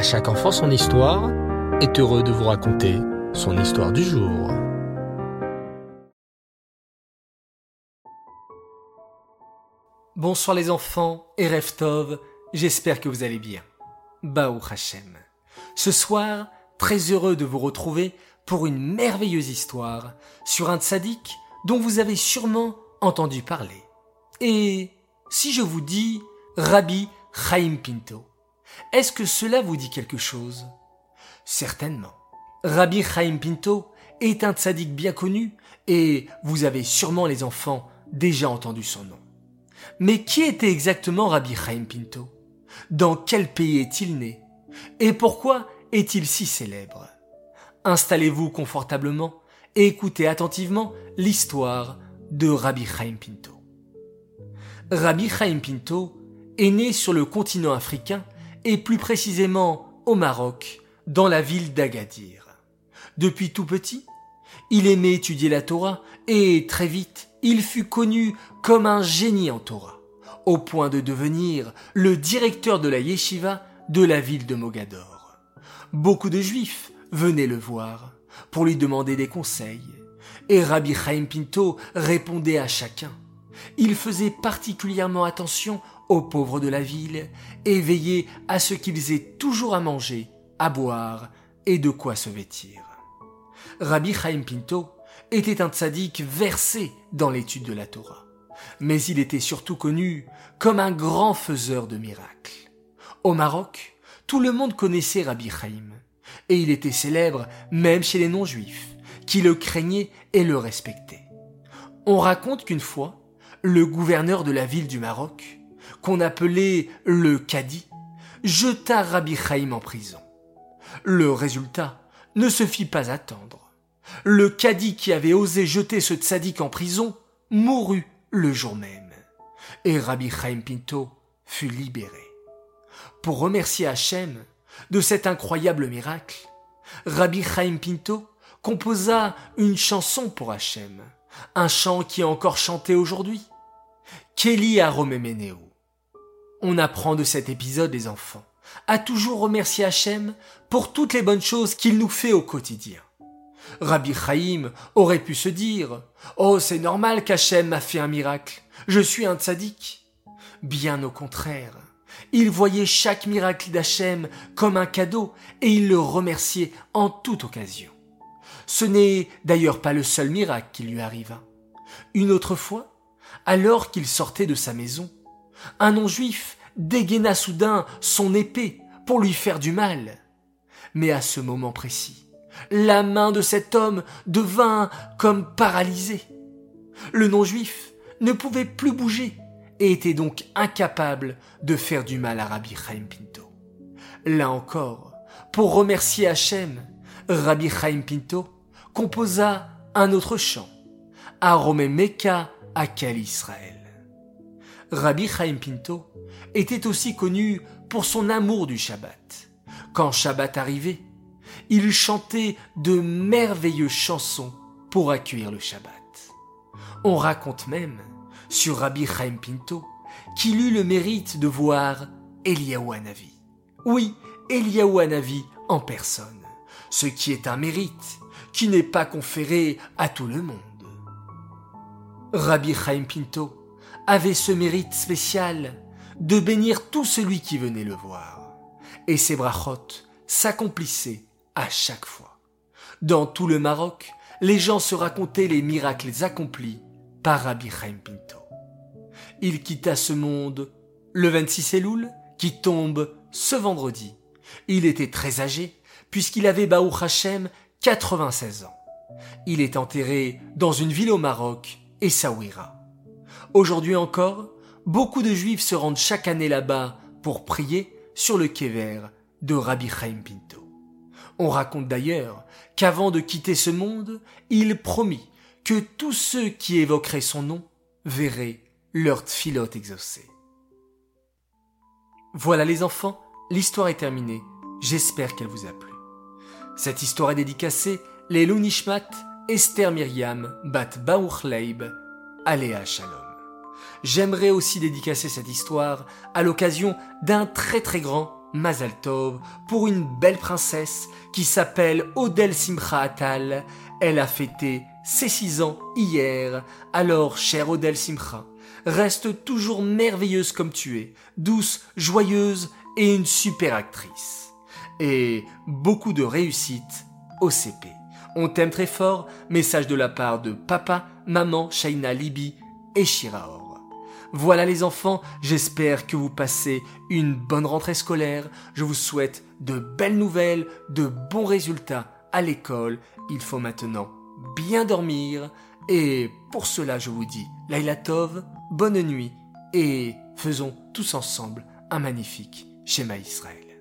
À chaque enfant son histoire est heureux de vous raconter son histoire du jour. Bonsoir les enfants et Erev Tov, j'espère que vous allez bien. Baruch Hashem. Ce soir, très heureux de vous retrouver pour une merveilleuse histoire sur un tzaddik dont vous avez sûrement entendu parler. Et si je vous dis Rabbi Chaim Pinto, est-ce que cela vous dit quelque chose ? Certainement. Rabbi Chaim Pinto est un tzaddik bien connu et vous avez sûrement les enfants déjà entendu son nom. Mais qui était exactement Rabbi Chaim Pinto ? Dans quel pays est-il né ? Et pourquoi est-il si célèbre ? Installez-vous confortablement et écoutez attentivement l'histoire de Rabbi Chaim Pinto. Rabbi Chaim Pinto est né sur le continent africain et plus précisément au Maroc, dans la ville d'Agadir. Depuis tout petit, il aimait étudier la Torah et très vite, il fut connu comme un génie en Torah, au point de devenir le directeur de la yeshiva de la ville de Mogador. Beaucoup de juifs venaient le voir pour lui demander des conseils, et Rabbi Chaim Pinto répondait à chacun. Il faisait particulièrement attention aux pauvres de la ville et veillait à ce qu'ils aient toujours à manger, à boire et de quoi se vêtir. Rabbi Chaim Pinto était un tzaddik versé dans l'étude de la Torah, mais il était surtout connu comme un grand faiseur de miracles. Au Maroc, tout le monde connaissait Rabbi Chaim, et il était célèbre même chez les non-juifs, qui le craignaient et le respectaient. On raconte qu'une fois, le gouverneur de la ville du Maroc, qu'on appelait le Cadi, jeta Rabbi Chaim en prison. Le résultat ne se fit pas attendre. Le Cadi qui avait osé jeter ce tzaddik en prison mourut le jour même, et Rabbi Chaim Pinto fut libéré. Pour remercier Hachem de cet incroyable miracle, Rabbi Chaim Pinto composa une chanson pour Hachem, un chant qui est encore chanté aujourd'hui. Keli Aromemeneu. On apprend de cet épisode, les enfants, à toujours remercier Hachem pour toutes les bonnes choses qu'il nous fait au quotidien. Rabbi Chaim aurait pu se dire « Oh, c'est normal qu'Hachem m'a fait un miracle, je suis un tzaddik ». Bien au contraire, il voyait chaque miracle d'Hachem comme un cadeau et il le remerciait en toute occasion. Ce n'est d'ailleurs pas le seul miracle qui lui arriva. Une autre fois, alors qu'il sortait de sa maison, un non-juif dégaina soudain son épée pour lui faire du mal. Mais à ce moment précis, la main de cet homme devint comme paralysée. Le non-juif ne pouvait plus bouger et était donc incapable de faire du mal à Rabbi Chaim Pinto. Là encore, pour remercier Hachem, Rabbi Chaim Pinto composa un autre chant, Aromé Meka Akel Israël. Rabbi Chaim Pinto était aussi connu pour son amour du Shabbat. Quand Shabbat arrivait, il chantait de merveilleuses chansons pour accueillir le Shabbat. On raconte même sur Rabbi Chaim Pinto qu'il eut le mérite de voir Eliyahu Hanavi. Oui, Eliyahu Hanavi en personne, ce qui est un mérite qui n'est pas conféré à tout le monde. Rabbi Chaim Pinto avait ce mérite spécial de bénir tout celui qui venait le voir, et ses brachot s'accomplissaient à chaque fois. Dans tout le Maroc, les gens se racontaient les miracles accomplis par Rabbi Chaim Pinto. Il quitta ce monde le 26 Elul, qui tombe ce vendredi. Il était très âgé, puisqu'il avait Baruch Hashem 96 ans. Il est enterré dans une ville au Maroc, Essaouira. Aujourd'hui encore, beaucoup de juifs se rendent chaque année là-bas pour prier sur le kéver de Rabbi Chaim Pinto. On raconte d'ailleurs qu'avant de quitter ce monde, il promit que tous ceux qui évoqueraient son nom verraient leur tfilot exaucés. Voilà les enfants, l'histoire est terminée. J'espère qu'elle vous a plu. Cette histoire est dédicacée Leilou Nishmat Esther Myriam Bat Baruch Leib Aléa Shalom. J'aimerais aussi dédicacer cette histoire à l'occasion d'un très très grand Mazal Tov pour une belle princesse qui s'appelle Odel Simcha Atal. Elle a fêté ses 6 ans hier. Alors, chère Odel Simcha, reste toujours merveilleuse comme tu es, douce, joyeuse et une super actrice. Et beaucoup de réussite au CP. On t'aime très fort, message de la part de papa, maman, Shaina, Libi et Shiraor. Voilà les enfants, j'espère que vous passez une bonne rentrée scolaire. Je vous souhaite de belles nouvelles, de bons résultats à l'école. Il faut maintenant bien dormir. Et pour cela, je vous dis Laila Tov, bonne nuit et faisons tous ensemble un magnifique Shema Israël.